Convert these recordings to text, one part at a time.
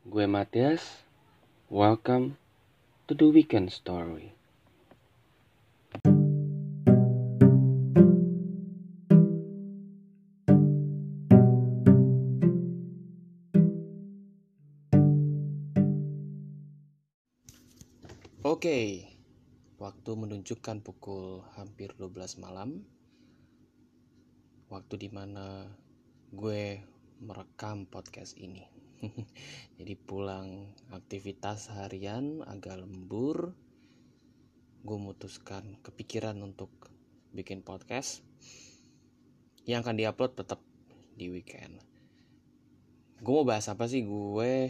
Gue Matias, welcome to the Weekend Story. Oke, waktu menunjukkan pukul hampir 12 malam. Waktu dimana gue merekam podcast ini. Jadi pulang aktivitas harian agak lembur, gue memutuskan kepikiran untuk bikin podcast yang akan diupload tetap di weekend. Gue mau bahas apa sih? Gue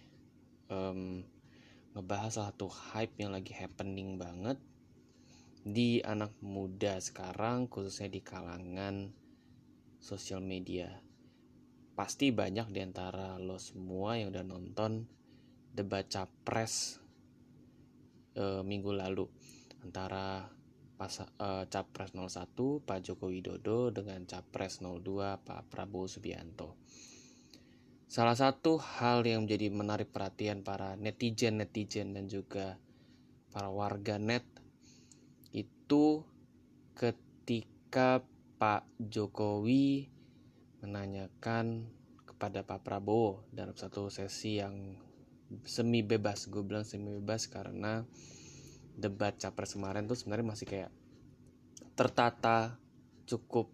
ngebahas salah satu hype yang lagi happening banget di anak muda sekarang, khususnya di kalangan sosial media. Pasti banyak di antara lo semua yang udah nonton debat capres minggu lalu antara capres 01 Pak Joko Widodo dengan capres 02 Pak Prabowo Subianto. Salah satu hal yang menjadi menarik perhatian para netizen dan juga para warganet itu ketika Pak Jokowi menanyakan kepada Pak Prabowo dalam satu sesi yang semi bebas. Gue bilang semi bebas karena debat capres kemarin tuh sebenarnya masih kayak tertata, cukup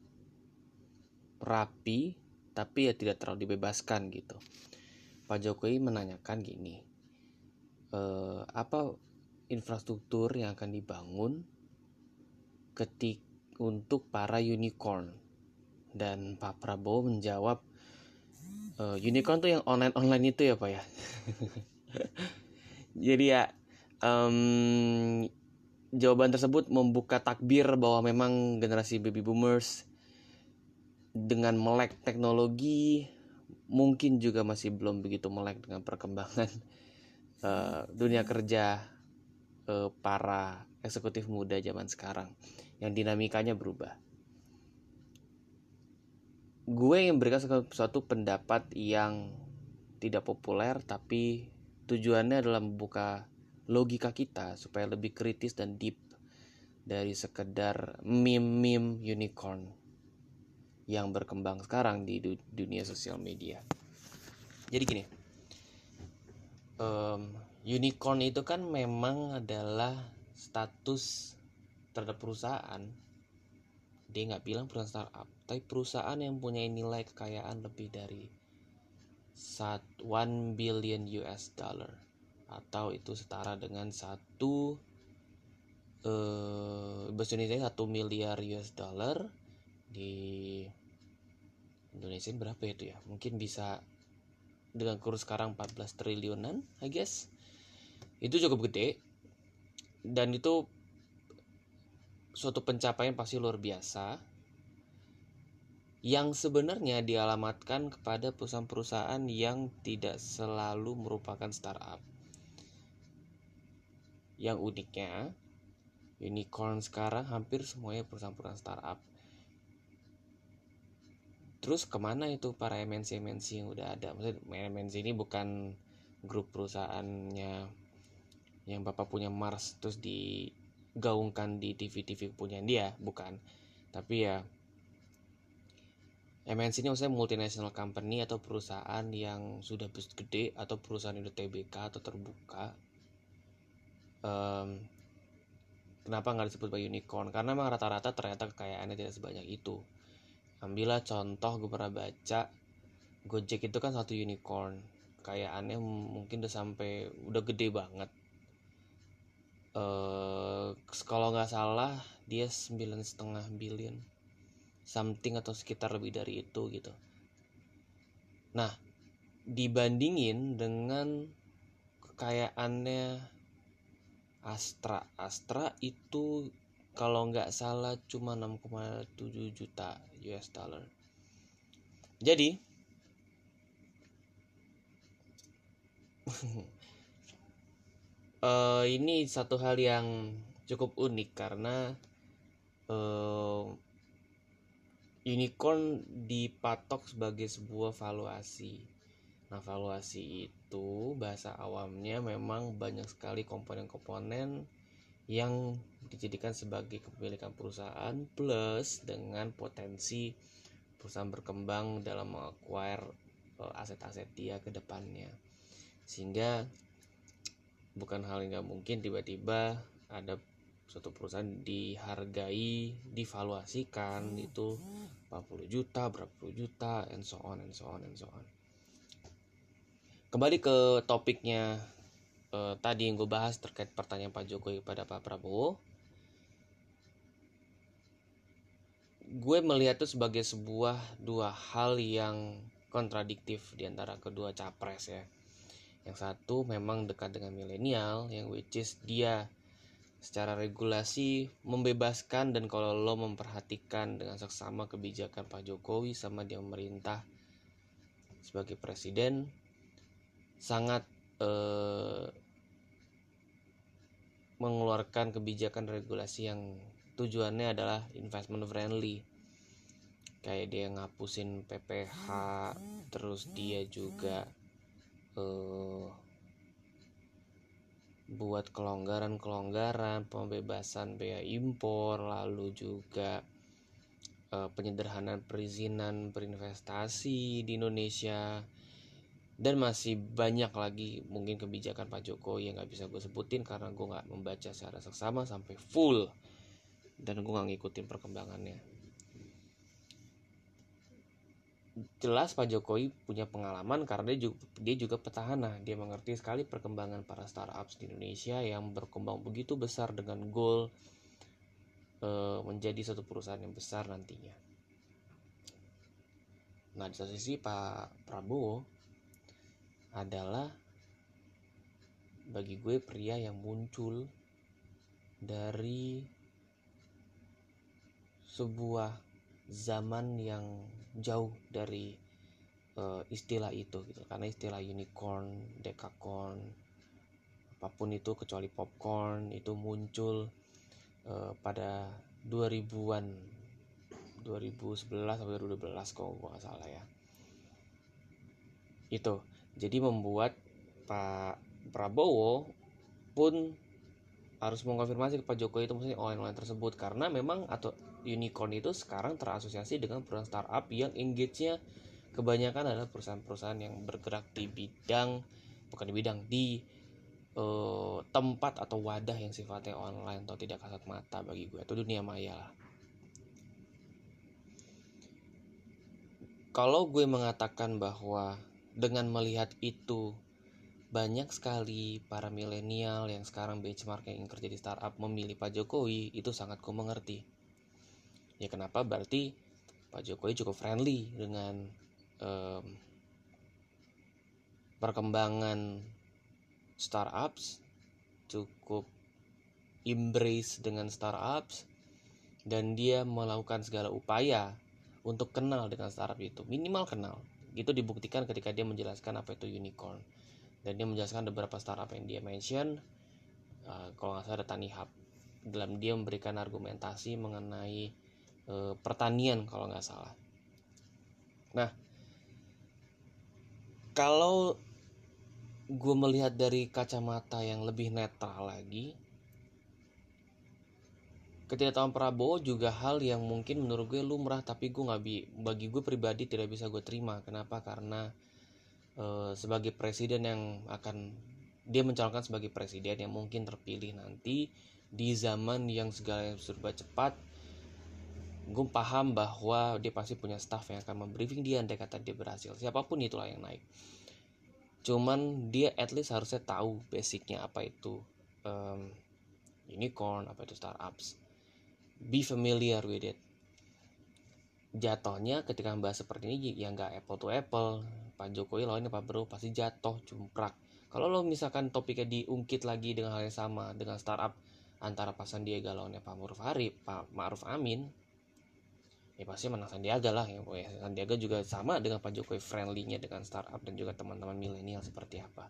rapi, tapi ya tidak terlalu dibebaskan gitu. Pak Jokowi menanyakan gini, apa infrastruktur yang akan dibangun untuk para unicorn? Dan Pak Prabowo menjawab, unicorn tuh yang online itu ya Pak ya. Jadi ya jawaban tersebut membuka takbir bahwa memang generasi baby boomers dengan melek teknologi mungkin juga masih belum begitu melek dengan perkembangan dunia kerja para eksekutif muda zaman sekarang yang dinamikanya berubah. Gue yang memberikan suatu pendapat yang tidak populer, tapi tujuannya adalah membuka logika kita supaya lebih kritis dan deep dari sekedar meme unicorn yang berkembang sekarang di dunia sosial media. Jadi gini, unicorn itu kan memang adalah status terhadap perusahaan. Dia nggak bilang perusahaan startup, tapi perusahaan yang punya nilai kekayaan lebih dari 1 billion US dollar, atau itu setara dengan bahasa Indonesia 1 miliar US dollar. Di Indonesia berapa itu ya? Mungkin bisa dengan kurs sekarang 14 triliunan, I guess. Itu cukup gede, dan itu suatu pencapaian pasti luar biasa yang sebenarnya dialamatkan kepada perusahaan-perusahaan yang tidak selalu merupakan startup. Yang uniknya, unicorn sekarang hampir semuanya perusahaan-perusahaan startup. Terus kemana itu para MNC yang udah ada? Maksudnya MNC ini bukan grup perusahaannya yang bapak punya Mars terus digaungkan di TV punya dia, bukan. Tapi ya MNC ini maksudnya multinational company atau perusahaan yang sudah gede atau perusahaan yang udah TBK atau terbuka. Kenapa nggak disebut sebagai unicorn? Karena memang rata-rata ternyata kekayaannya tidak sebanyak itu. Ambillah contoh, gue pernah baca Gojek itu kan satu unicorn, kekayaannya mungkin udah gede banget. Kalau nggak salah dia 9,5 billion something atau sekitar lebih dari itu gitu. Nah, dibandingin dengan kekayaannya Astra itu kalau nggak salah cuma 6,7 juta US dollar. Jadi ini satu hal yang cukup unik karena unicorn dipatok sebagai sebuah valuasi. Nah, valuasi itu bahasa awamnya memang banyak sekali komponen-komponen yang dijadikan sebagai kepemilikan perusahaan plus dengan potensi perusahaan berkembang dalam acquire aset-aset dia ke depannya. Sehingga bukan hal yang gak mungkin tiba-tiba ada suatu perusahaan dihargai, divaluasikan itu 40 juta, berapa puluh juta, and so on. Kembali ke topiknya tadi yang gue bahas terkait pertanyaan Pak Jokowi kepada Pak Prabowo. Gue melihat itu sebagai dua hal yang kontradiktif di antara kedua capres ya. Yang satu memang dekat dengan milenial, yang which is dia secara regulasi membebaskan, dan kalau lo memperhatikan dengan seksama kebijakan Pak Jokowi sama dia memerintah sebagai presiden sangat mengeluarkan kebijakan regulasi yang tujuannya adalah investment friendly. Kayak dia ngapusin PPH, terus dia juga buat kelonggaran pembebasan bea impor, lalu juga penyederhanaan perizinan berinvestasi di Indonesia, dan masih banyak lagi mungkin kebijakan Pak Jokowi yang gak bisa gue sebutin karena gue gak membaca secara seksama sampai full dan gue gak ngikutin perkembangannya. Jelas Pak Jokowi punya pengalaman karena dia juga petahana. Dia mengerti sekali perkembangan para startups di Indonesia yang berkembang begitu besar dengan goal menjadi satu perusahaan yang besar nantinya. Nah, di satu sisi Pak Prabowo adalah bagi gue pria yang muncul dari sebuah zaman yang jauh dari istilah itu gitu. Karena istilah unicorn, dekakorn, apapun itu kecuali popcorn itu muncul pada 2000-an 2011 sampai 2012 kalau gue gak salah ya. Itu jadi membuat Pak Prabowo pun harus mengkonfirmasi ke Pak Jokowi itu maksudnya online tersebut, karena memang atau unicorn itu sekarang terasosiasi dengan perusahaan startup yang engage-nya kebanyakan adalah perusahaan-perusahaan yang bergerak di tempat atau wadah yang sifatnya online atau tidak kasat mata bagi gue, itu dunia maya lah. Kalau gue mengatakan bahwa dengan melihat itu banyak sekali para milenial yang sekarang benchmark yang kerja di startup memilih Pak Jokowi, itu sangat gue mengerti. Ya kenapa? Berarti Pak Jokowi cukup friendly dengan perkembangan startups, cukup embrace dengan startups, dan dia melakukan segala upaya untuk kenal dengan startup itu, minimal kenal. Itu dibuktikan ketika dia menjelaskan apa itu unicorn. Dan dia menjelaskan beberapa startup yang dia mention, kalau nggak salah ada Tani Hub. Dalam dia memberikan argumentasi mengenai pertanian kalau nggak salah. Nah, kalau gue melihat dari kacamata yang lebih netral lagi, ketidaktahuan Prabowo juga hal yang mungkin menurut gue lumrah, tapi bagi gue pribadi tidak bisa gue terima. Kenapa? Karena sebagai presiden yang akan dia mencalonkan sebagai presiden yang mungkin terpilih nanti di zaman yang segalanya serba cepat, gue paham bahwa dia pasti punya staff yang akan membriefing dia andai kata dia berhasil, siapapun itulah yang naik. Cuman dia at least harusnya tahu basicnya apa itu unicorn, apa itu startups, be familiar with it. Jatuhnya ketika membahas seperti ini ya nggak apple to apple. Pak Jokowi lawannya Pak Prabowo pasti jatuh cumprak. Kalau lo misalkan topiknya diungkit lagi dengan hal yang sama dengan startup antara Pak Sandiaga lawannya Pak Ma'ruf Amin, ya pasti menang Sandiaga lah ya. Sandiaga juga sama dengan Pak Jokowi friendly-nya dengan startup dan juga teman-teman milenial seperti apa.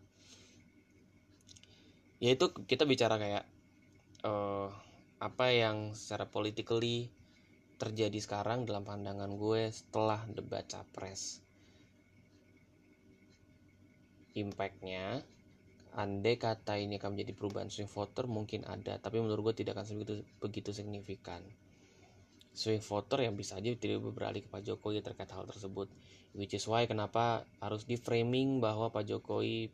Yaitu kita bicara kayak apa yang secara politically terjadi sekarang dalam pandangan gue setelah debat capres. impact-nya, andai kata ini akan menjadi perubahan swing voter, mungkin ada, tapi menurut gue tidak akan begitu signifikan. Swing voter yang bisa aja tidak beralih ke Pak Jokowi terkait hal tersebut, which is why kenapa harus di framing bahwa Pak Jokowi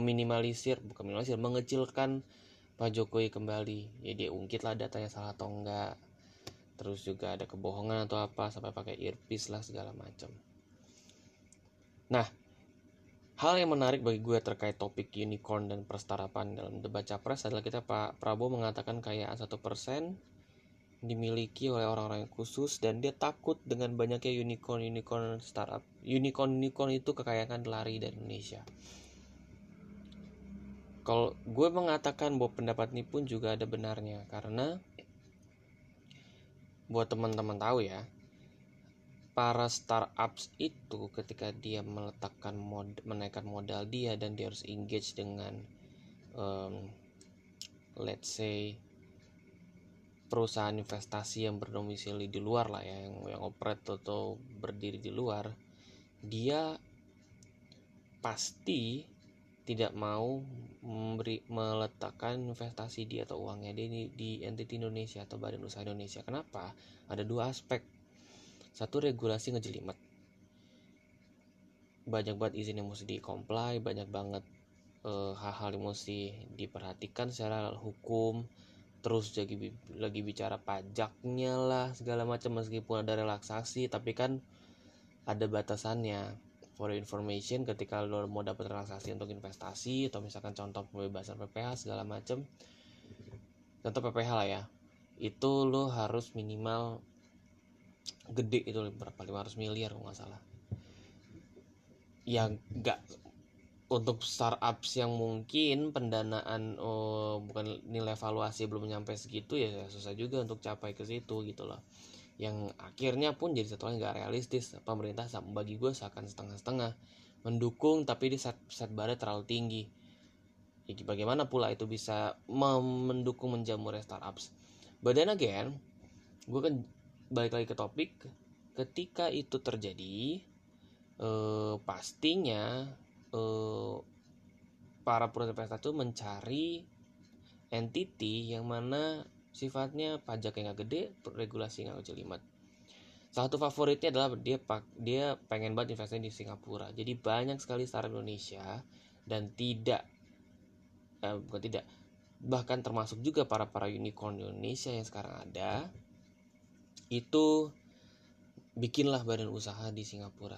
mengecilkan Pak Jokowi kembali. Ya dia ungkit lah datanya salah atau enggak, terus juga ada kebohongan atau apa, sampai pakai earpiece lah segala macam. Nah, hal yang menarik bagi gue terkait topik unicorn dan persetarapan dalam debat capres adalah Pak Prabowo mengatakan kekayaan 1% dimiliki oleh orang-orang yang khusus, dan dia takut dengan banyaknya unicorn startup. Unicorn itu kekayaan lari dari Indonesia. Kalau gue mengatakan bahwa pendapat ini pun juga ada benarnya, karena buat teman-teman tahu ya, para startups itu ketika dia menaikkan modal dia, dan dia harus engage dengan let's say perusahaan investasi yang berdomisili di luar lah ya, yang operate atau berdiri di luar, dia pasti tidak mau meletakkan investasi dia atau uangnya dia di entity Indonesia atau badan usaha Indonesia. Kenapa? Ada dua aspek. Satu, regulasi ngejelimet, banyak banget izin yang mesti di-comply, banyak banget hal-hal yang mesti diperhatikan secara hukum. Terus lagi bicara pajaknya lah segala macam, meskipun ada relaksasi, tapi kan ada batasannya. For information, ketika lo mau dapat relaksasi untuk investasi atau misalkan contoh pembebasan PPh segala macam, contoh PPh lah ya, itu lo harus minimal gede, itu berapa, 500 miliar kalau nggak salah. Yang nggak, untuk startups yang mungkin pendanaan bukan nilai evaluasi belum nyampe segitu, ya susah juga untuk capai ke situ gitu loh. Yang akhirnya pun jadi satu hal nggak realistis. Pemerintah bagi gue seakan setengah-setengah mendukung, tapi di set barnya terlalu tinggi. Jadi bagaimana pula itu bisa mendukung menjamurnya startups? But then again, gue kan balik lagi ke topik, ketika itu terjadi, pastinya para perusahaan investasi itu mencari entity yang mana sifatnya pajak yang nggak gede, regulasi nggak jelimet. Satu favoritnya adalah dia pengen banget investasi di Singapura. Jadi banyak sekali startup Indonesia, dan bahkan termasuk juga para unicorn Indonesia yang sekarang ada, itu bikinlah badan usaha di Singapura.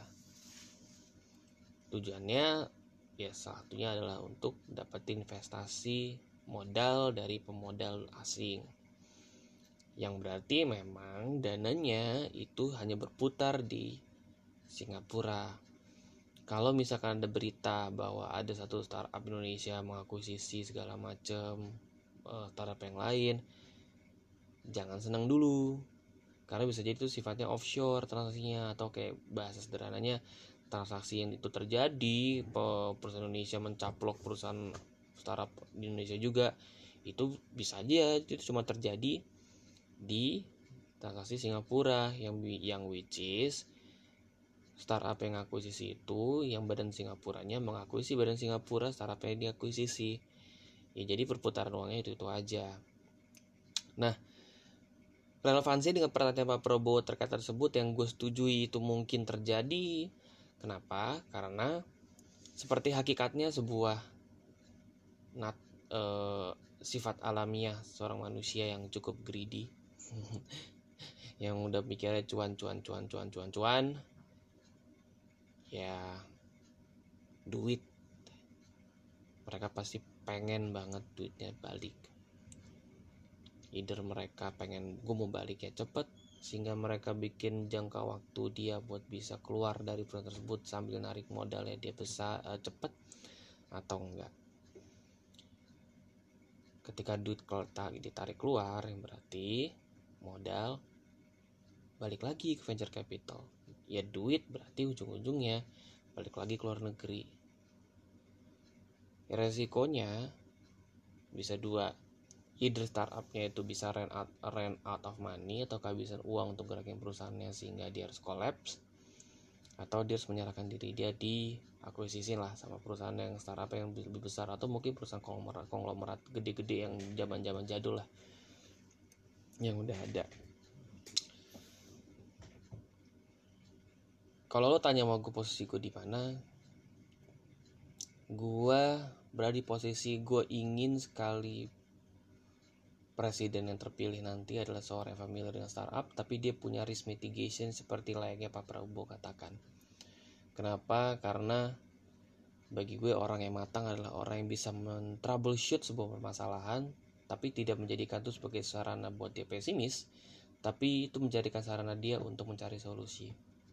Tujuannya ya salah satunya adalah untuk dapetin investasi modal dari pemodal asing, yang berarti memang dananya itu hanya berputar di Singapura. Kalau misalkan ada berita bahwa ada satu startup Indonesia mengakuisisi segala macam startup yang lain, jangan senang dulu, karena bisa jadi itu sifatnya offshore transaksinya, atau kayak bahasa sederhananya, transaksi yang itu terjadi perusahaan Indonesia mencaplok perusahaan startup di Indonesia juga, itu bisa aja itu cuma terjadi di transaksi Singapura, yang which is startup yang akuisisi itu, yang badan Singapuranya mengakuisisi badan Singapura startup yang diakuisisi. Ya jadi perputaran uangnya itu aja. Nah, relevansi dengan pernyataan Pak Prabowo terkait tersebut yang gue setujui itu mungkin terjadi. Kenapa? Karena seperti hakikatnya sebuah sifat alamiah seorang manusia yang cukup greedy, yang udah mikirnya cuan, ya duit, mereka pasti pengen banget duitnya balik. Either mereka pengen gue mau balik ya cepet, sehingga mereka bikin jangka waktu dia buat bisa keluar dari perusahaan tersebut sambil narik modalnya dia besar cepet, atau enggak. Ketika duit ditarik keluar, yang berarti modal balik lagi ke venture capital. Ya duit berarti ujung-ujungnya balik lagi ke luar negeri. Ya, resikonya bisa dua, either startupnya itu bisa run out of money, atau kehabisan uang untuk gerakin perusahaannya sehingga dia harus collapse, atau dia harus menyerahkan diri dia di akuisisi lah sama perusahaan yang startup yang lebih besar, atau mungkin perusahaan konglomerat gede-gede yang zaman jadul lah yang udah ada. Kalau lo tanya sama gue posisi gue di mana, gue berada di posisi gue ingin sekali presiden yang terpilih nanti adalah seorang yang familiar dengan startup, tapi dia punya risk mitigation seperti layaknya Pak Prabowo katakan. Kenapa? Karena bagi gue orang yang matang adalah orang yang bisa men-troubleshoot sebuah permasalahan, tapi tidak menjadikan itu sebagai sarana buat dia pesimis, tapi itu menjadikan sarana dia untuk mencari solusi.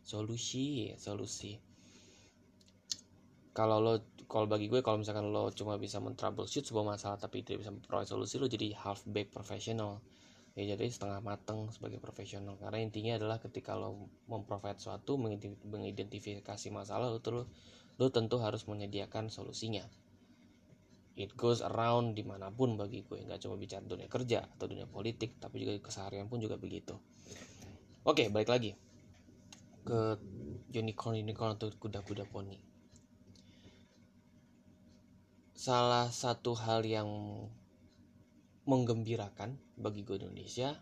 Kalau bagi gue, kalau misalkan lo cuma bisa men-troubleshoot sebuah masalah tapi tidak bisa memperoleh solusi, lo jadi half-baked professional. Ya jadi setengah mateng sebagai profesional. Karena intinya adalah ketika lo memprovide suatu, mengidentifikasi masalah, lo tentu harus menyediakan solusinya. It goes around dimanapun bagi gue, nggak cuma bicara dunia kerja atau dunia politik, tapi juga keseharian pun juga begitu. Oke, balik lagi ke unicorn atau kuda-kuda poni. Salah satu hal yang menggembirakan bagi gue di Indonesia,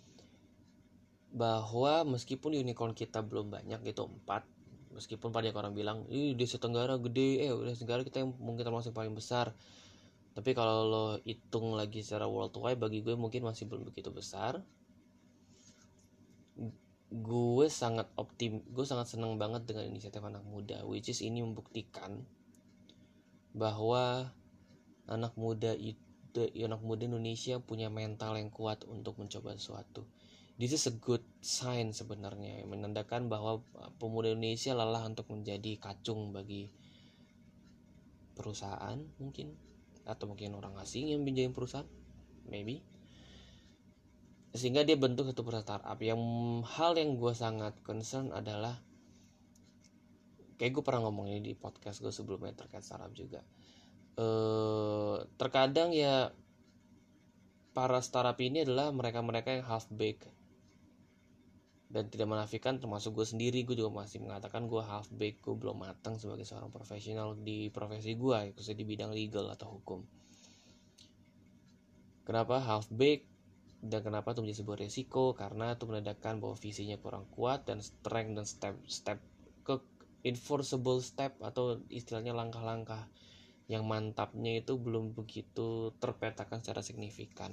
bahwa meskipun unicorn kita belum banyak gitu, 4, meskipun banyak orang bilang di Asia Tenggara gede, di Asia Tenggara kita yang mungkin termasuk paling besar, tapi kalau lo hitung lagi secara worldwide, bagi gue mungkin masih belum begitu besar. Gue sangat senang banget dengan inisiatif anak muda, which is ini membuktikan bahwa anak muda Indonesia punya mental yang kuat untuk mencoba sesuatu. This is a good sign sebenarnya, yang menandakan bahwa pemuda Indonesia lelah untuk menjadi kacung bagi perusahaan mungkin, atau mungkin orang asing yang pinjamin perusahaan, maybe. Sehingga dia bentuk satu perusahaan startup. Hal yang gue sangat concern adalah, kayak gue pernah ngomong ini di podcast gue sebelumnya terkait startup juga. Terkadang ya para startup ini adalah mereka-mereka yang half baked, dan tidak menafikan termasuk gue sendiri. Gue juga masih mengatakan gue half baked, gue belum matang sebagai seorang profesional di profesi gue, khususnya di bidang legal atau hukum. Kenapa half baked dan kenapa itu menjadi sebuah resiko? Karena itu menandakan bahwa visinya kurang kuat, dan strength dan step ke enforceable step atau istilahnya langkah-langkah yang mantapnya itu belum begitu terpetakan secara signifikan.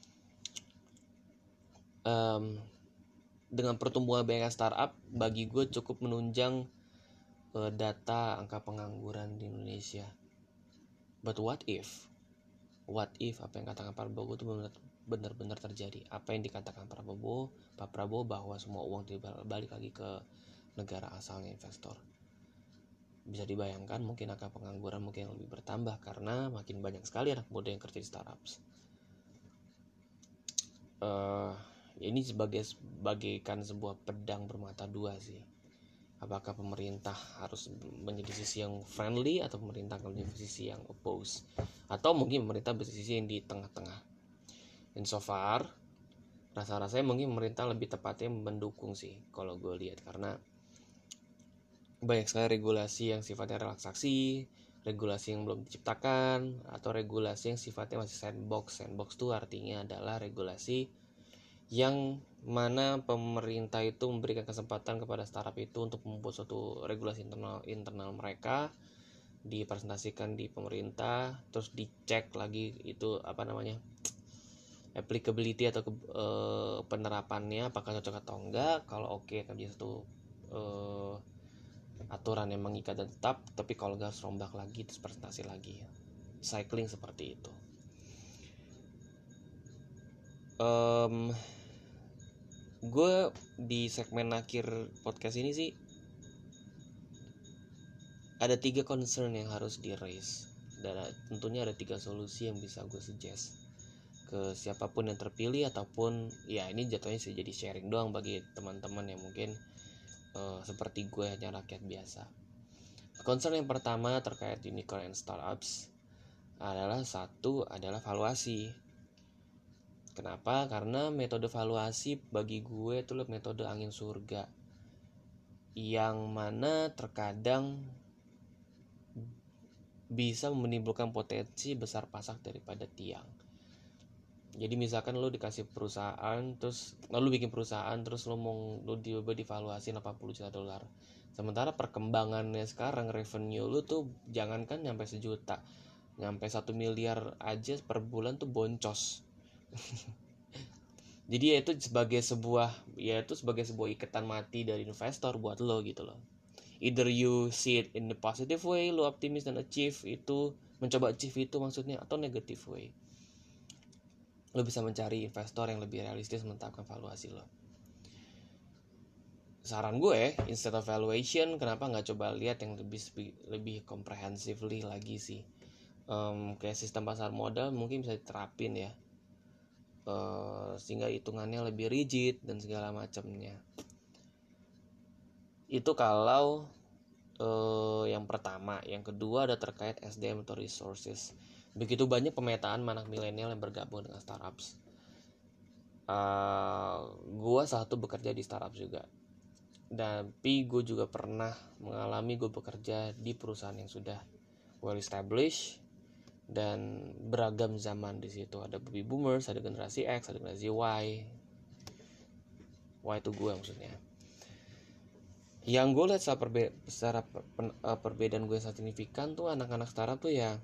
Dengan pertumbuhan banyak startup, bagi gue cukup menunjang data angka pengangguran di Indonesia. But what if apa yang katakan Pak Prabowo itu benar-benar terjadi? Apa yang dikatakan Pak Prabowo bahwa semua uang balik lagi ke negara asalnya investor. Bisa dibayangkan mungkin angka pengangguran mungkin lebih bertambah karena makin banyak sekali anak muda yang kerja di startups. Ini bagaikan sebuah pedang bermata dua sih. Apakah pemerintah harus menjadi sisi yang friendly, atau pemerintah akan menjadi sisi yang oppose, atau mungkin pemerintah bersisi yang di tengah-tengah. Dan so far rasa-rasanya mungkin pemerintah lebih tepatnya mendukung sih kalau gue lihat, karena banyak sekali regulasi yang sifatnya relaksasi, regulasi yang belum diciptakan, atau regulasi yang sifatnya masih sandbox. Sandbox itu artinya adalah regulasi yang mana pemerintah itu memberikan kesempatan kepada startup itu untuk membuat suatu regulasi internal mereka, dipresentasikan di pemerintah, terus dicek lagi itu applicability atau penerapannya apakah cocok atau enggak. Kalau oke, akan jadi satu aturan yang mengikat dan tetap, tapi kalau enggak harus rombak lagi, terus presentasi lagi, cycling seperti itu. Gue di segmen akhir podcast ini sih ada 3 concern yang harus di raise, dan tentunya ada 3 solusi yang bisa gue suggest ke siapapun yang terpilih, ataupun ya ini jatuhnya sih jadi sharing doang bagi teman-teman yang mungkin seperti gue hanya rakyat biasa. Concern yang pertama terkait unicorn and startups adalah valuasi. Kenapa? Karena metode valuasi bagi gue itu metode angin surga, yang mana terkadang bisa menimbulkan potensi besar pasak daripada tiang. Jadi misalkan lo dikasih perusahaan, terus lo bikin perusahaan, terus lo divaluasi 80 juta dolar. Sementara perkembangannya sekarang revenue lo tuh jangankan nyampe 1 juta, nyampe 1 miliar aja per bulan tuh boncos. Jadi itu sebagai sebuah ikatan mati dari investor buat lo gitu loh. Either you see it in the positive way, lo optimis dan mencoba achieve itu maksudnya, atau negative way. Lo bisa mencari investor yang lebih realistis menetapkan valuasi lo. Saran gue, instead of valuation, kenapa nggak coba lihat yang lebih comprehensively lagi sih. Kayak sistem pasar modal mungkin bisa diterapin ya, sehingga hitungannya lebih rigid dan segala macamnya. Itu kalau yang pertama. Yang kedua ada terkait SDM atau resources. Begitu banyak pemetaan anak milenial yang bergabung dengan startups. Gue salah satu bekerja di startup juga. Tapi gue juga pernah mengalami gue bekerja di perusahaan yang sudah well established dan beragam zaman di situ. Ada baby boomers, ada generasi X, ada generasi Y. Y itu gue maksudnya. Yang gue lihat secara perbedaan gue sangat signifikan tuh anak-anak startup tuh ya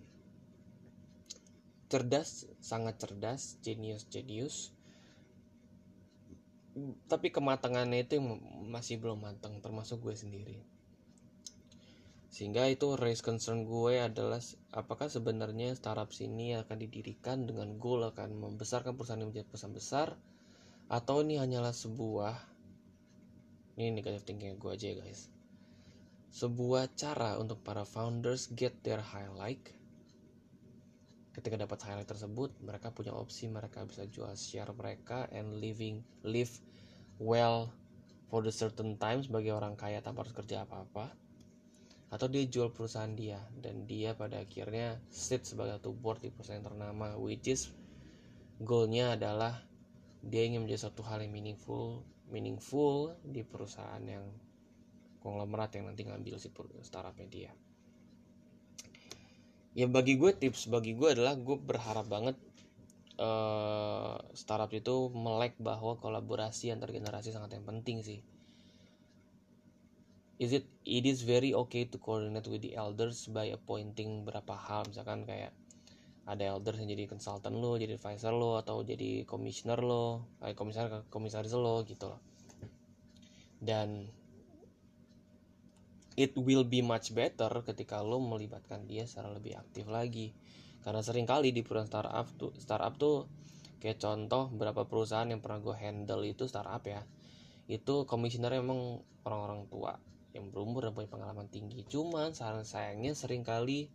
cerdas, sangat cerdas, genius. Tapi kematangannya itu masih belum matang, termasuk gue sendiri. Sehingga itu raise concern gue adalah apakah sebenarnya startup ini akan didirikan dengan goal akan membesarkan perusahaan yang menjadi perusahaan besar, atau ini hanyalah ini negative thinking gue aja ya guys, sebuah cara untuk para founders get their highlight. Ketika dapat highlight tersebut, mereka punya opsi, mereka bisa jual share mereka and live well for the certain time sebagai orang kaya tanpa harus kerja apa-apa. Atau dia jual perusahaan dia, dan dia pada akhirnya sit sebagai satu board di perusahaan yang ternama, which is goalnya adalah dia ingin menjadi satu hal yang meaningful di perusahaan yang konglomerat yang nanti ngambil si startupnya dia. Ya tips bagi gue adalah gue berharap banget startup itu melek bahwa kolaborasi antar generasi sangat yang penting sih. It is very okay to coordinate with the elders by appointing berapa hal, misalkan kayak ada elders yang jadi konsultan lo, jadi advisor lo, atau jadi commissioner lo, komisaris lo gitu loh. Dan it will be much better ketika lo melibatkan dia secara lebih aktif lagi. Karena sering kali di perusahaan startup tuh kayak contoh beberapa perusahaan yang pernah gue handle itu startup ya, itu komisionernya emang orang-orang tua yang berumur dan punya pengalaman tinggi. Cuman sayangnya sering kali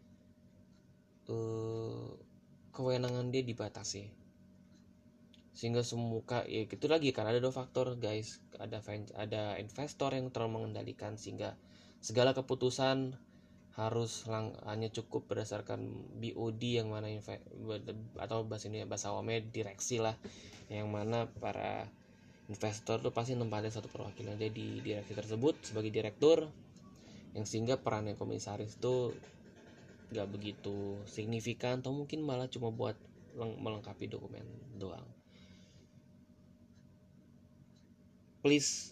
kewenangan dia dibatasi, sehingga ya gitu lagi, karena ada dua faktor guys. Ada investor yang terlalu mengendalikan, sehingga segala keputusan harus hanya cukup berdasarkan BOD, yang mana atau bahasa awamnya direksi lah, yang mana para investor tuh pasti nempatin satu perwakilan aja di direksi tersebut sebagai direktur, yang sehingga perannya komisaris tuh gak begitu signifikan, atau mungkin malah cuma buat melengkapi dokumen doang. Please,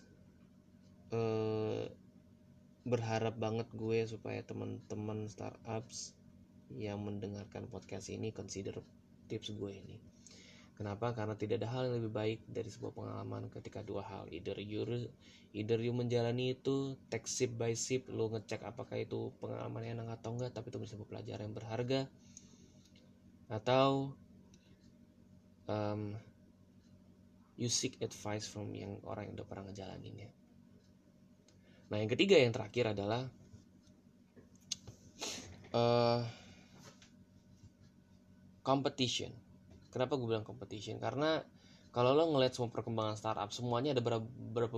berharap banget gue supaya teman-teman startups yang mendengarkan podcast ini consider tips gue ini. Kenapa? Karena tidak ada hal yang lebih baik dari sebuah pengalaman ketika dua hal. Either you menjalani itu, take sip by sip, lo ngecek apakah itu pengalaman enak atau enggak, tapi itu bisa sebuah pelajaran yang berharga. Atau you seek advice from orang yang udah pernah ngejalaninnya. Nah, yang ketiga, yang terakhir adalah competition. Kenapa gue bilang competition? Karena kalau lo ngeliat semua perkembangan startup, semuanya ada berapa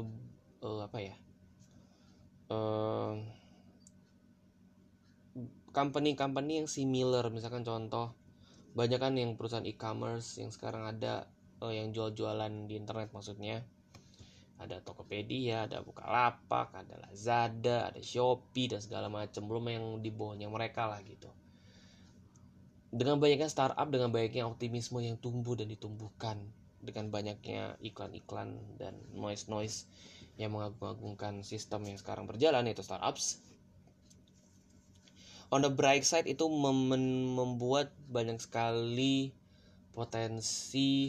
company yang similar. Misalkan contoh, banyak kan yang perusahaan e-commerce yang sekarang ada, yang jual-jualan di internet maksudnya. Ada Tokopedia, ada Bukalapak, ada Lazada, ada Shopee dan segala macam, belum yang di bawahnya mereka lah gitu. Dengan banyaknya startup, dengan banyaknya optimisme yang tumbuh dan ditumbuhkan, dengan banyaknya iklan-iklan dan noise-noise yang mengagung-agungkan sistem yang sekarang berjalan, yaitu startups. On the bright side, itu membuat banyak sekali potensi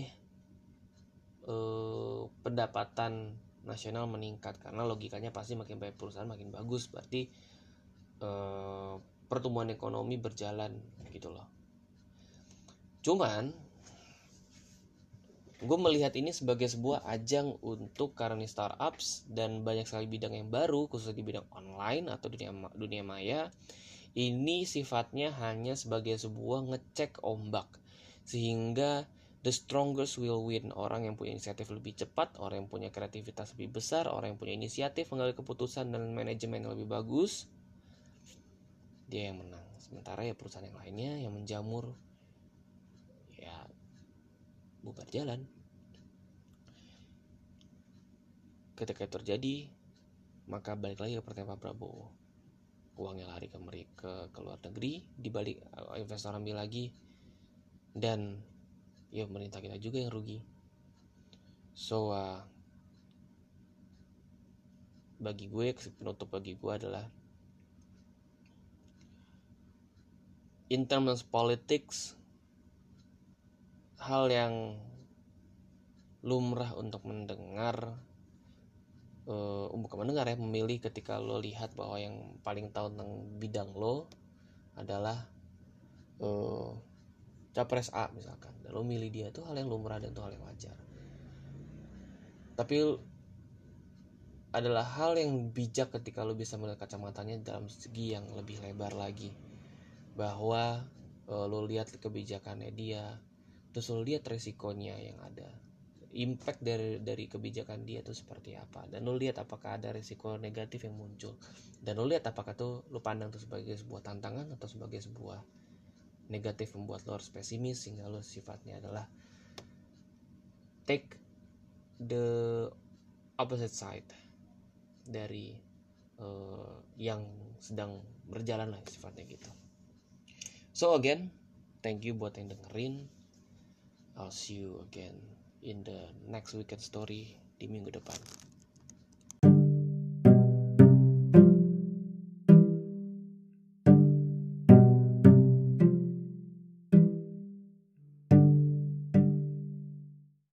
pendapatan nasional meningkat, karena logikanya pasti makin banyak perusahaan makin bagus, berarti pertumbuhan ekonomi berjalan gitu loh. Cuman gue melihat ini sebagai sebuah ajang untuk karena startups dan banyak sekali bidang yang baru, khususnya di bidang online atau dunia maya, ini sifatnya hanya sebagai sebuah ngecek ombak, sehingga the strongest will win. Orang yang punya inisiatif lebih cepat, orang yang punya kreativitas lebih besar, orang yang punya inisiatif, mengambil keputusan dan manajemen yang lebih bagus, dia yang menang. Sementara ya perusahaan yang lainnya yang menjamur, ya bubar jalan. Ketika itu terjadi, maka balik lagi ke pertanyaan Pak Prabowo, uangnya lari ke luar negeri, dibalik investor ambil lagi, dan ya pemerintah kita juga yang rugi. So bagi gue, penutup bagi gue adalah, in terms of politics, hal yang lumrah untuk mendengar, bukan mendengar ya, memilih ketika lo lihat bahwa yang paling tahu tentang bidang lo adalah capres A misalkan, dan lo milih dia, itu hal yang lumrah dan itu hal yang wajar. Tapi adalah hal yang bijak ketika lo bisa melihat kacamatanya dalam segi yang lebih lebar lagi, bahwa lo lihat kebijakannya dia, terus lo lihat resikonya yang ada, impact dari kebijakan dia itu seperti apa, dan lo lihat apakah ada resiko negatif yang muncul, dan lo lihat apakah tuh lo pandang itu sebagai sebuah tantangan atau sebagai sebuah negatif membuat lo harus pesimis, sehingga lo sifatnya adalah take the opposite side dari yang sedang berjalan lah sifatnya gitu. So again, thank you buat yang dengerin. I'll see you again in the next weekend story di minggu depan.